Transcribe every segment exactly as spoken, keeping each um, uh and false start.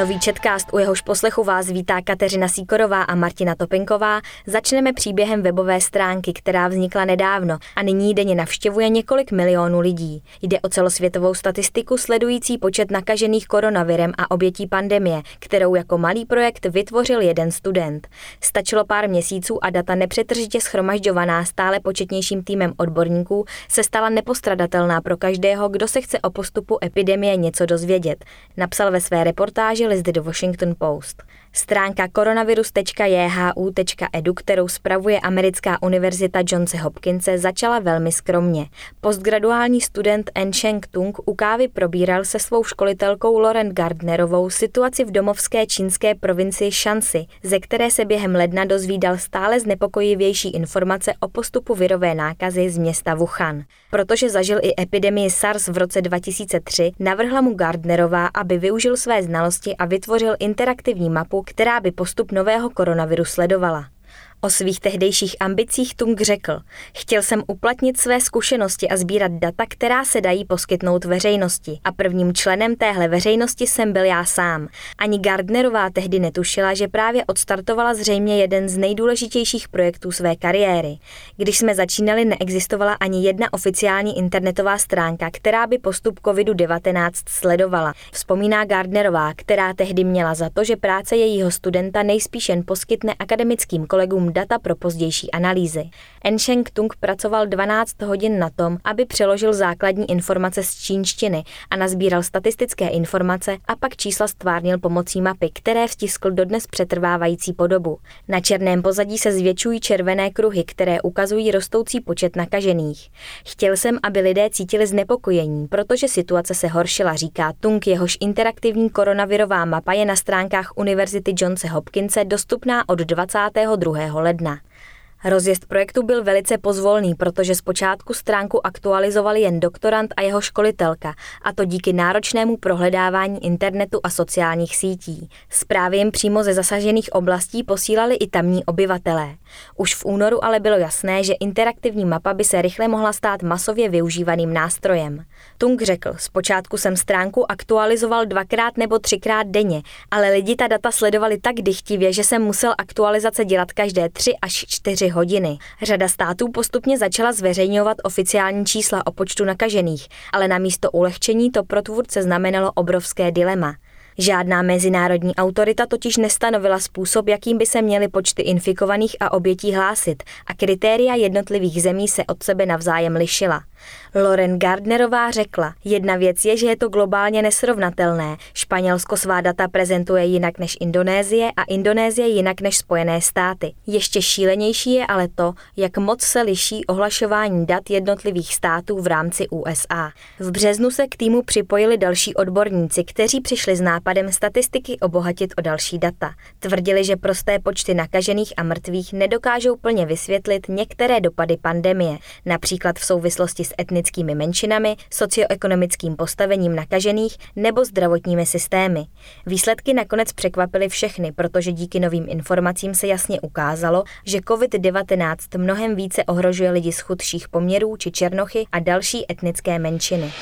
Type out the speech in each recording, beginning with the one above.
Nový Chatcast, u jehož poslechu vás vítá Kateřina Sýkorová a Martina Topinková, začneme příběhem webové stránky, která vznikla nedávno a nyní denně navštěvuje několik milionů lidí. Jde o celosvětovou statistiku sledující počet nakažených koronavirem a obětí pandemie, kterou jako malý projekt vytvořil jeden student. Stačilo pár měsíců a data nepřetržitě shromažďovaná stále početnějším týmem odborníků se stala nepostradatelná pro každého, kdo se chce o postupu epidemie něco dozvědět, napsal ve své reportáži list The Washington Post. Stránka koronavirus tečka j h u tečka e d u, kterou spravuje americká univerzita Johns Hopkinse, začala velmi skromně. Postgraduální student En Sheng Tung u kávy probíral se svou školitelkou Lauren Gardnerovou situaci v domovské čínské provincii Shanxi, ze které se během ledna dozvídal stále znepokojivější informace o postupu virové nákazy z města Wuhan. Protože zažil i epidemii SARS v roce dva tisíce tři, navrhla mu Gardnerová, aby využil své znalosti a vytvořil interaktivní mapu, která by postup nového koronaviru sledovala. O svých tehdejších ambicích Tung řekl: Chtěl jsem uplatnit své zkušenosti a sbírat data, která se dají poskytnout veřejnosti. A prvním členem téhle veřejnosti jsem byl já sám. Ani Gardnerová tehdy netušila, že právě odstartovala zřejmě jeden z nejdůležitějších projektů své kariéry. Když jsme začínali, neexistovala ani jedna oficiální internetová stránka, která by postup kovidu devatenáct sledovala. Vzpomíná Gardnerová, která tehdy měla za to, že práce jejího studenta nejspíš jen poskytne akademickým kolegům data pro pozdější analýzy. En Sheng Tung pracoval dvanáct hodin na tom, aby přeložil základní informace z čínštiny a nazbíral statistické informace a pak čísla stvárnil pomocí mapy, které vtiskl dodnes přetrvávající podobu. Na černém pozadí se zvětšují červené kruhy, které ukazují rostoucí počet nakažených. Chtěl jsem, aby lidé cítili znepokojení, protože situace se horšila, říká Tung, jehož interaktivní koronavirová mapa je na stránkách Univerzity Johns Hopkinse dostupná od dvacátého druhého ledna. Rozjezd projektu byl velice pozvolný, protože zpočátku stránku aktualizovali jen doktorant a jeho školitelka, a to díky náročnému prohledávání internetu a sociálních sítí. Zprávy jim přímo ze zasažených oblastí posílali i tamní obyvatelé. Už v únoru ale bylo jasné, že interaktivní mapa by se rychle mohla stát masově využívaným nástrojem. Tung řekl: Zpočátku jsem stránku aktualizoval dvakrát nebo třikrát denně, ale lidi ta data sledovali tak dychtivě, že jsem musel aktualizace dělat každé tři až čtyři hodiny. Řada států postupně začala zveřejňovat oficiální čísla o počtu nakažených, ale namísto ulehčení to pro tvůrce znamenalo obrovské dilema. Žádná mezinárodní autorita totiž nestanovila způsob, jakým by se měly počty infikovaných a obětí hlásit, a kritéria jednotlivých zemí se od sebe navzájem lišila. Lauren Gardnerová řekla: Jedna věc je, že je to globálně nesrovnatelné. Španělsko svá data prezentuje jinak než Indonésie a Indonésie jinak než Spojené státy. Ještě šílenější je ale to, jak moc se liší ohlašování dat jednotlivých států v rámci U S A. V březnu se k týmu připojili další odborníci, kteří přišli s nápadem statistiky obohatit o další data. Tvrdili, že prosté počty nakažených a mrtvých nedokážou plně vysvětlit některé dopady pandemie, například v souvislosti s etnickými menšinami, socioekonomickým postavením nakažených nebo zdravotními systémy. Výsledky nakonec překvapily všechny, protože díky novým informacím se jasně ukázalo, že covid devatenáct mnohem více ohrožuje lidi z chudších poměrů či černochy a další etnické menšiny.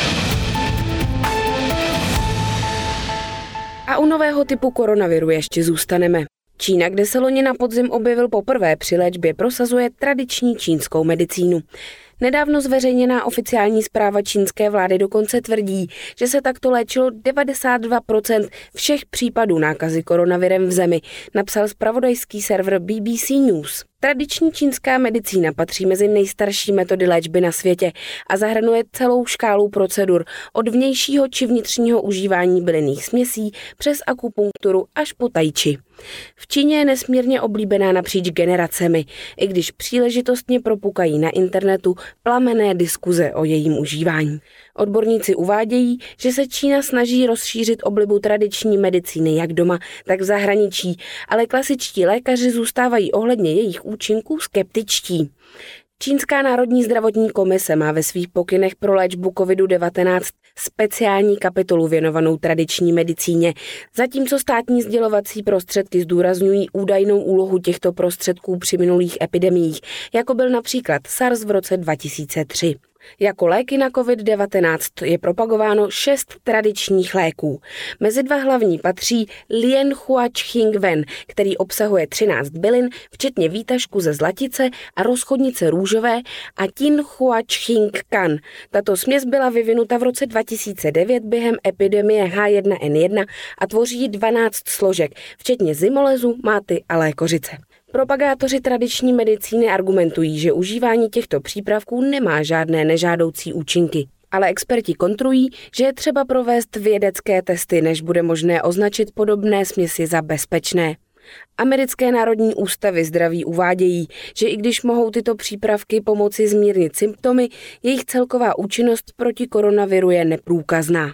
A u nového typu koronaviru ještě zůstaneme. Čína, kde se loni na podzim objevil poprvé při léčbě, prosazuje tradiční čínskou medicínu. Nedávno zveřejněná oficiální zpráva čínské vlády dokonce tvrdí, že se takto léčilo devadesát dva procent všech případů nákazy koronavirem v zemi, napsal zpravodajský server B B C News. Tradiční čínská medicína patří mezi nejstarší metody léčby na světě a zahrnuje celou škálu procedur od vnějšího či vnitřního užívání bylinných směsí přes akupunkturu až po tai chi. V Číně je nesmírně oblíbená napříč generacemi, i když příležitostně propukají na internetu plamenné diskuze o jejím užívání. Odborníci uvádějí, že se Čína snaží rozšířit oblibu tradiční medicíny jak doma, tak v zahraničí, ale klasičtí lékaři zůstávají ohledně jejich účinků skeptičtí. Čínská národní zdravotní komise má ve svých pokynech pro léčbu covid devatenáct speciální kapitolu věnovanou tradiční medicíně, zatímco státní sdělovací prostředky zdůrazňují údajnou úlohu těchto prostředků při minulých epidemiích, jako byl například SARS v roce dva tisíce tři. Jako léky na covid devatenáct je propagováno šest tradičních léků. Mezi dva hlavní patří Lien Hua Ching Wen, který obsahuje třináct bylin, včetně výtažku ze zlatice a rozchodnice růžové, a Tin Hua Ching Kan. Tato směs byla vyvinuta v roce dva tisíce devět během epidemie H jedna N jedna a tvoří dvanáct složek, včetně zymolezu, máty a lékořice. Propagátoři tradiční medicíny argumentují, že užívání těchto přípravků nemá žádné nežádoucí účinky. Ale experti kontrují, že je třeba provést vědecké testy, než bude možné označit podobné směsi za bezpečné. Americké národní ústavy zdraví uvádějí, že i když mohou tyto přípravky pomoci zmírnit symptomy, jejich celková účinnost proti koronaviru je neprůkazná.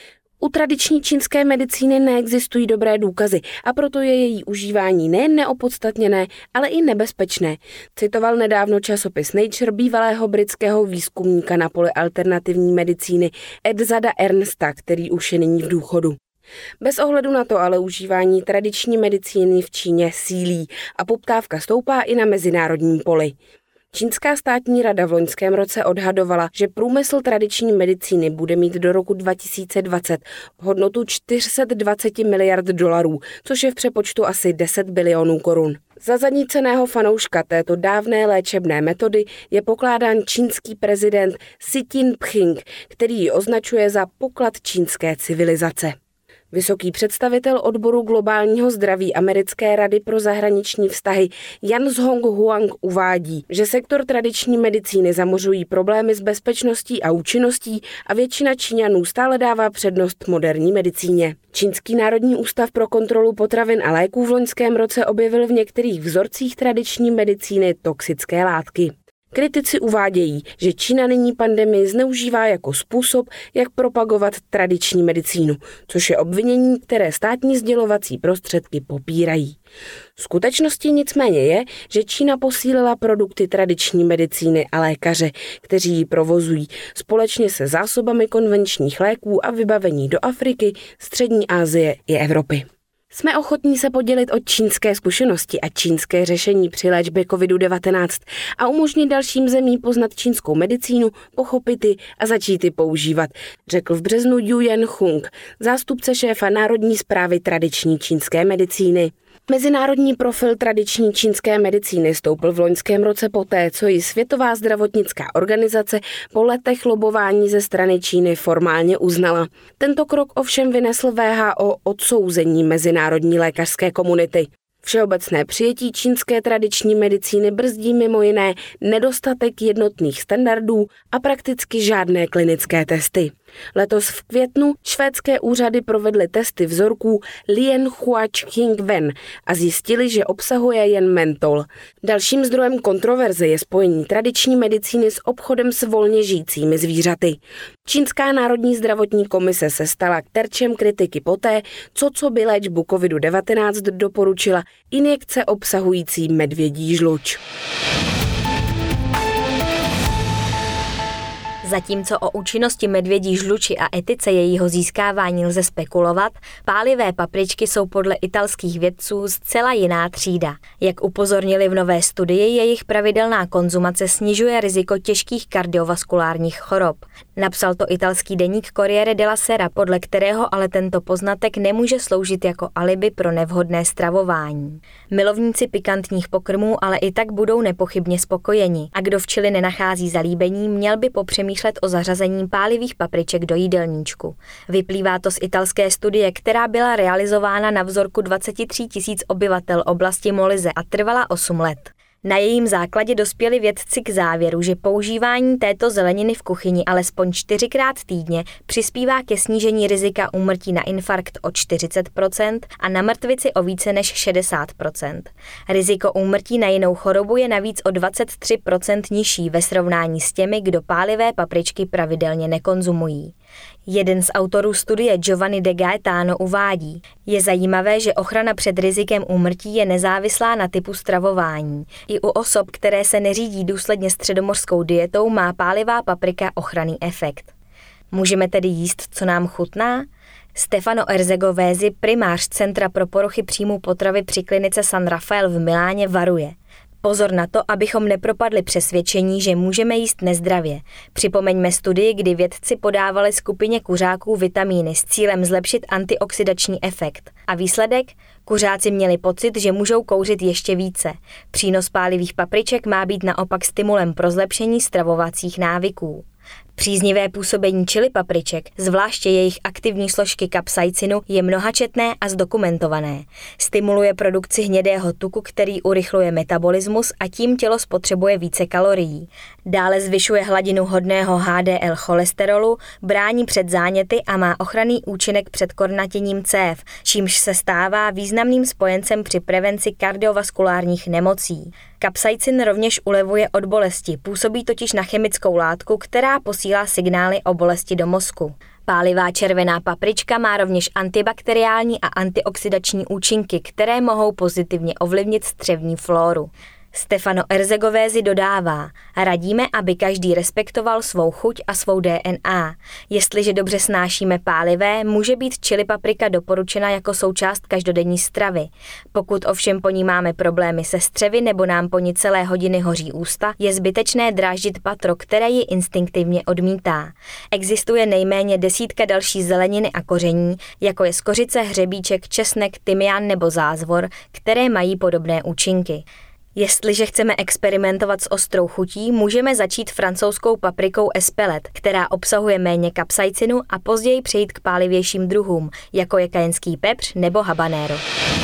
U tradiční čínské medicíny neexistují dobré důkazy a proto je její užívání nejen neopodstatněné, ale i nebezpečné, citoval nedávno časopis Nature bývalého britského výzkumníka na poli alternativní medicíny Edzada Ernsta, který už je nyní v důchodu. Bez ohledu na to ale užívání tradiční medicíny v Číně sílí a poptávka stoupá i na mezinárodním poli. Čínská státní rada v loňském roce odhadovala, že průmysl tradiční medicíny bude mít do roku dva tisíce dvacet hodnotu čtyři sta dvacet miliard dolarů, což je v přepočtu asi deset bilionů korun. Za zaníceného fanouška této dávné léčebné metody je pokládán čínský prezident Xi Jinping, který ji označuje za poklad čínské civilizace. Vysoký představitel odboru globálního zdraví Americké rady pro zahraniční vztahy Jan Zhong Huang uvádí, že sektor tradiční medicíny zamořují problémy s bezpečností a účinností a většina Číňanů stále dává přednost moderní medicíně. Čínský národní ústav pro kontrolu potravin a léků v loňském roce objevil v některých vzorcích tradiční medicíny toxické látky. Kritici uvádějí, že Čína nyní pandemii zneužívá jako způsob, jak propagovat tradiční medicínu, což je obvinění, které státní sdělovací prostředky popírají. Skutečností nicméně je, že Čína posílila produkty tradiční medicíny a lékaře, kteří ji provozují, společně se zásobami konvenčních léků a vybavení do Afriky, Střední Asie i Evropy. Jsme ochotní se podělit o čínské zkušenosti a čínské řešení při léčbě covid devatenáct a umožnit dalším zemím poznat čínskou medicínu, pochopit ji a začít ji používat, řekl v březnu Yu Yanhong, zástupce šéfa Národní správy tradiční čínské medicíny. Mezinárodní profil tradiční čínské medicíny stoupl v loňském roce poté, co ji Světová zdravotnická organizace po letech lobování ze strany Číny formálně uznala. Tento krok ovšem vynesl W H O odsouzení mezinárodní lékařské komunity. Všeobecné přijetí čínské tradiční medicíny brzdí mimo jiné nedostatek jednotných standardů a prakticky žádné klinické testy. Letos v květnu švédské úřady provedly testy vzorků Lien Hua Ching Wen a zjistili, že obsahuje jen mentol. Dalším zdrojem kontroverze je spojení tradiční medicíny s obchodem s volně žijícími zvířaty. Čínská národní zdravotní komise se stala terčem kritiky poté, co co by léčbu covid devatenáct doporučila injekce obsahující medvědí žluč. Zatímco o účinnosti medvědí žluči a etice jejího získávání lze spekulovat, pálivé papričky jsou podle italských vědců zcela jiná třída. Jak upozornili v nové studii, jejich pravidelná konzumace snižuje riziko těžkých kardiovaskulárních chorob. Napsal to italský deník Corriere della Sera, podle kterého ale tento poznatek nemůže sloužit jako alibi pro nevhodné stravování. Milovníci pikantních pokrmů ale i tak budou nepochybně spokojeni a kdo v čili nenachází zalíbení, měl by popřemýšlet o zařazení pálivých papriček do jídelníčku. Vyplývá to z italské studie, která byla realizována na vzorku dvacet tři tisíc obyvatel oblasti Molise a trvala osm let. Na jejím základě dospěli vědci k závěru, že používání této zeleniny v kuchyni alespoň čtyřikrát týdně přispívá ke snížení rizika úmrtí na infarkt o čtyřicet procent a na mrtvici o více než šedesát procent. Riziko úmrtí na jinou chorobu je navíc o dvacet tři procent nižší ve srovnání s těmi, kdo pálivé papričky pravidelně nekonzumují. Jeden z autorů studie Giovanni De Gaetano uvádí, je zajímavé, že ochrana před rizikem úmrtí je nezávislá na typu stravování. I u osob, které se neřídí důsledně středomořskou dietou, má pálivá paprika ochranný efekt. Můžeme tedy jíst, co nám chutná? Stefano Erzegovezi, primář Centra pro poruchy příjmu potravy při klinice San Rafael v Miláně, varuje. Pozor na to, abychom nepropadli přesvědčení, že můžeme jíst nezdravě. Připomeňme studii, kdy vědci podávali skupině kuřáků vitamíny s cílem zlepšit antioxidační efekt. A výsledek? Kuřáci měli pocit, že můžou kouřit ještě více. Přínos pálivých papriček má být naopak stimulem pro zlepšení stravovacích návyků. Příznivé působení chili papriček, zvláště jejich aktivní složky kapsaicinu, je mnohačetné a zdokumentované. Stimuluje produkci hnědého tuku, který urychluje metabolismus a tím tělo spotřebuje více kalorií. Dále zvyšuje hladinu hodného H D L cholesterolu, brání před záněty a má ochranný účinek před kornatěním cév, čímž se stává významným spojencem při prevenci kardiovaskulárních nemocí. Kapsaicin rovněž ulevuje od bolesti, působí totiž na chemickou látku, která posílá signály o bolesti do mozku. Pálivá červená paprička má rovněž antibakteriální a antioxidační účinky, které mohou pozitivně ovlivnit střevní flóru. Stefano Erzegovezi dodává, radíme, aby každý respektoval svou chuť a svou D N A. Jestliže dobře snášíme pálivé, může být chili paprika doporučena jako součást každodenní stravy. Pokud ovšem po ní máme problémy se střevy nebo nám po ní celé hodiny hoří ústa, je zbytečné dráždit patro, které ji instinktivně odmítá. Existuje nejméně desítka další zeleniny a koření, jako je skořice, hřebíček, česnek, tymián nebo zázvor, které mají podobné účinky. Jestliže chceme experimentovat s ostrou chutí, můžeme začít francouzskou paprikou Espelette, která obsahuje méně kapsaicinu a později přejít k pálivějším druhům, jako je kajenský pepř nebo habanero.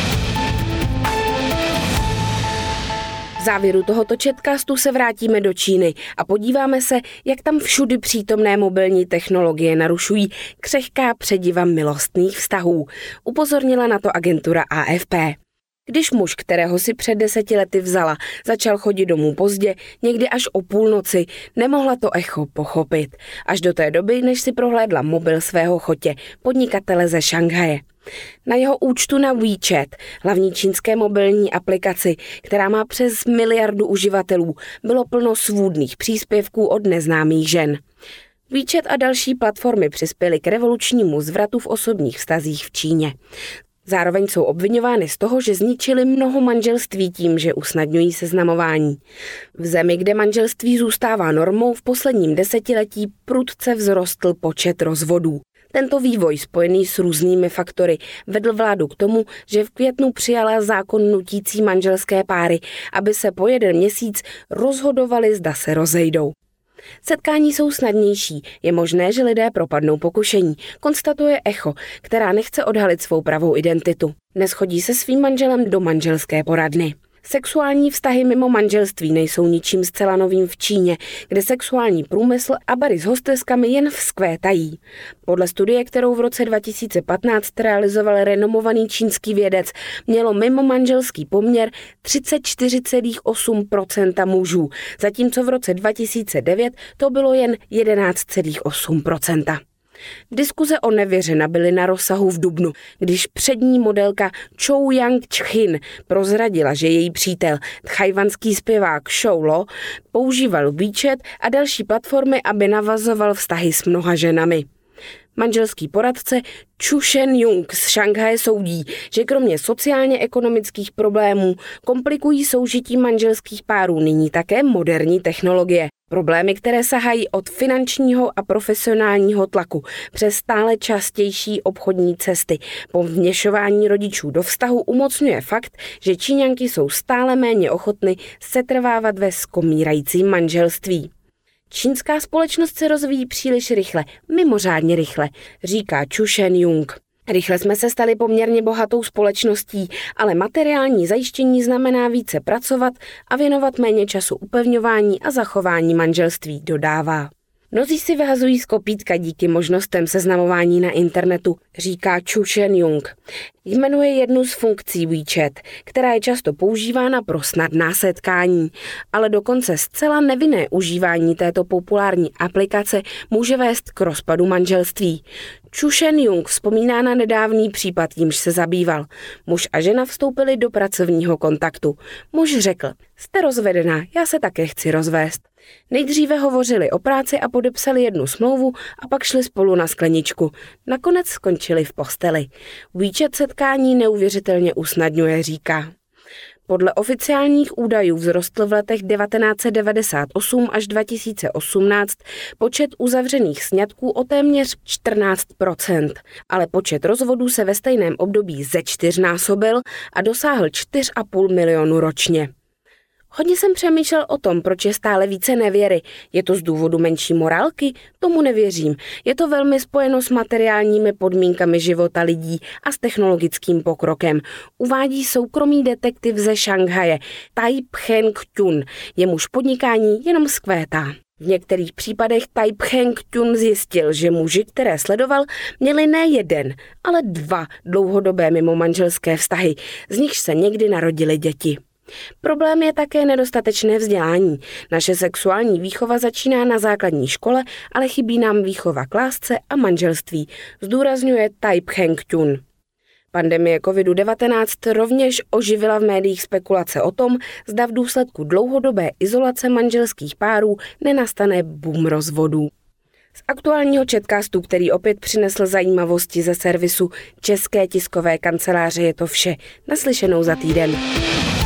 V závěru tohoto podcastu se vrátíme do Číny a podíváme se, jak tam všudy přítomné mobilní technologie narušují křehká přediva milostných vztahů. Upozornila na to agentura A F P. Když muž, kterého si před deseti lety vzala, začal chodit domů pozdě, někdy až o půlnoci, nemohla to echo pochopit. Až do té doby, než si prohlédla mobil svého chotě, podnikatele ze Šanghaje. Na jeho účtu na WeChat, hlavní čínské mobilní aplikaci, která má přes miliardu uživatelů, bylo plno svůdných příspěvků od neznámých žen. WeChat a další platformy přispěly k revolučnímu zvratu v osobních vztazích v Číně. Zároveň jsou obvinovány z toho, že zničili mnoho manželství tím, že usnadňují seznamování. V zemi, kde manželství zůstává normou, v posledním desetiletí prudce vzrostl počet rozvodů. Tento vývoj, spojený s různými faktory, vedl vládu k tomu, že v květnu přijala zákon nutící manželské páry, aby se po jeden měsíc rozhodovali, zda se rozejdou. Setkání jsou snadnější, je možné, že lidé propadnou pokušení, konstatuje Echo, která nechce odhalit svou pravou identitu. Dnes chodí se svým manželem do manželské poradny. Sexuální vztahy mimo manželství nejsou ničím zcela novým v Číně, kde sexuální průmysl a bary s hosteskami jen vzkvétají. Podle studie, kterou v roce dva tisíce patnáct realizoval renomovaný čínský vědec, mělo mimo manželský poměr třicet čtyři celá osm procenta mužů, zatímco v roce dva tisíce devět to bylo jen jedenáct celá osm procenta. Diskuze o nevěře nabyly na rozsahu v dubnu, když přední modelka Chou Yang-chhin prozradila, že její přítel, tchajwanský zpěvák Shou Lo, používal WeChat a další platformy, aby navazoval vztahy s mnoha ženami. Manželský poradce Chu Shen-jung z Šanghaje soudí, že kromě sociálně-ekonomických problémů komplikují soužití manželských párů nyní také moderní technologie. Problémy, které sahají od finančního a profesionálního tlaku přes stále častější obchodní cesty. Po vměšování rodičů do vztahu umocňuje fakt, že Číňanky jsou stále méně ochotny setrvávat ve skomírajícím manželství. Čínská společnost se rozvíjí příliš rychle, mimořádně rychle, říká Chu Shen-jung. Rychle jsme se stali poměrně bohatou společností, ale materiální zajištění znamená více pracovat a věnovat méně času upevňování a zachování manželství, dodává. Mnozí si vyhazují z kopítka díky možnostem seznamování na internetu, říká Chu Shen-jung. Jmenuje jednu z funkcí WeChat, která je často používána pro snadná setkání, ale dokonce zcela nevinné užívání této populární aplikace může vést k rozpadu manželství. Chu Shen-jung vzpomíná na nedávný případ, jímž se zabýval. Muž a žena vstoupili do pracovního kontaktu. Muž řekl, jste rozvedená, já se také chci rozvést. Nejdříve hovořili o práci a podepsali jednu smlouvu a pak šli spolu na skleničku. Nakonec skončili v posteli. WeChat setkání neuvěřitelně usnadňuje, říká. Podle oficiálních údajů vzrostl v letech devatenáct set devadesát osm až dva tisíce osmnáct počet uzavřených sňatků o téměř čtrnáct procent, ale počet rozvodů se ve stejném období zečtyřnásobil a dosáhl čtyři a půl milionu ročně. Hodně jsem přemýšlel o tom, proč je stále více nevěry. Je to z důvodu menší morálky? Tomu nevěřím. Je to velmi spojeno s materiálními podmínkami života lidí a s technologickým pokrokem. Uvádí soukromý detektiv ze Šanghaje Tai Pcheng Tun. Jemuž podnikání jenom zkvétá. V některých případech Tai Pcheng Tun zjistil, že muži, které sledoval, měli ne jeden, ale dva dlouhodobé mimomanželské vztahy, z nichž se někdy narodily děti. Problém je také nedostatečné vzdělání. Naše sexuální výchova začíná na základní škole, ale chybí nám výchova k lásce a manželství, zdůrazňuje Tai Pcheng Tun. Pandemie covid devatenáct rovněž oživila v médiích spekulace o tom, zda v důsledku dlouhodobé izolace manželských párů nenastane boom rozvodů. Z aktuálního Chatcastu, který opět přinesl zajímavosti ze servisu České tiskové kanceláře, je to vše. Naslyšenou za týden.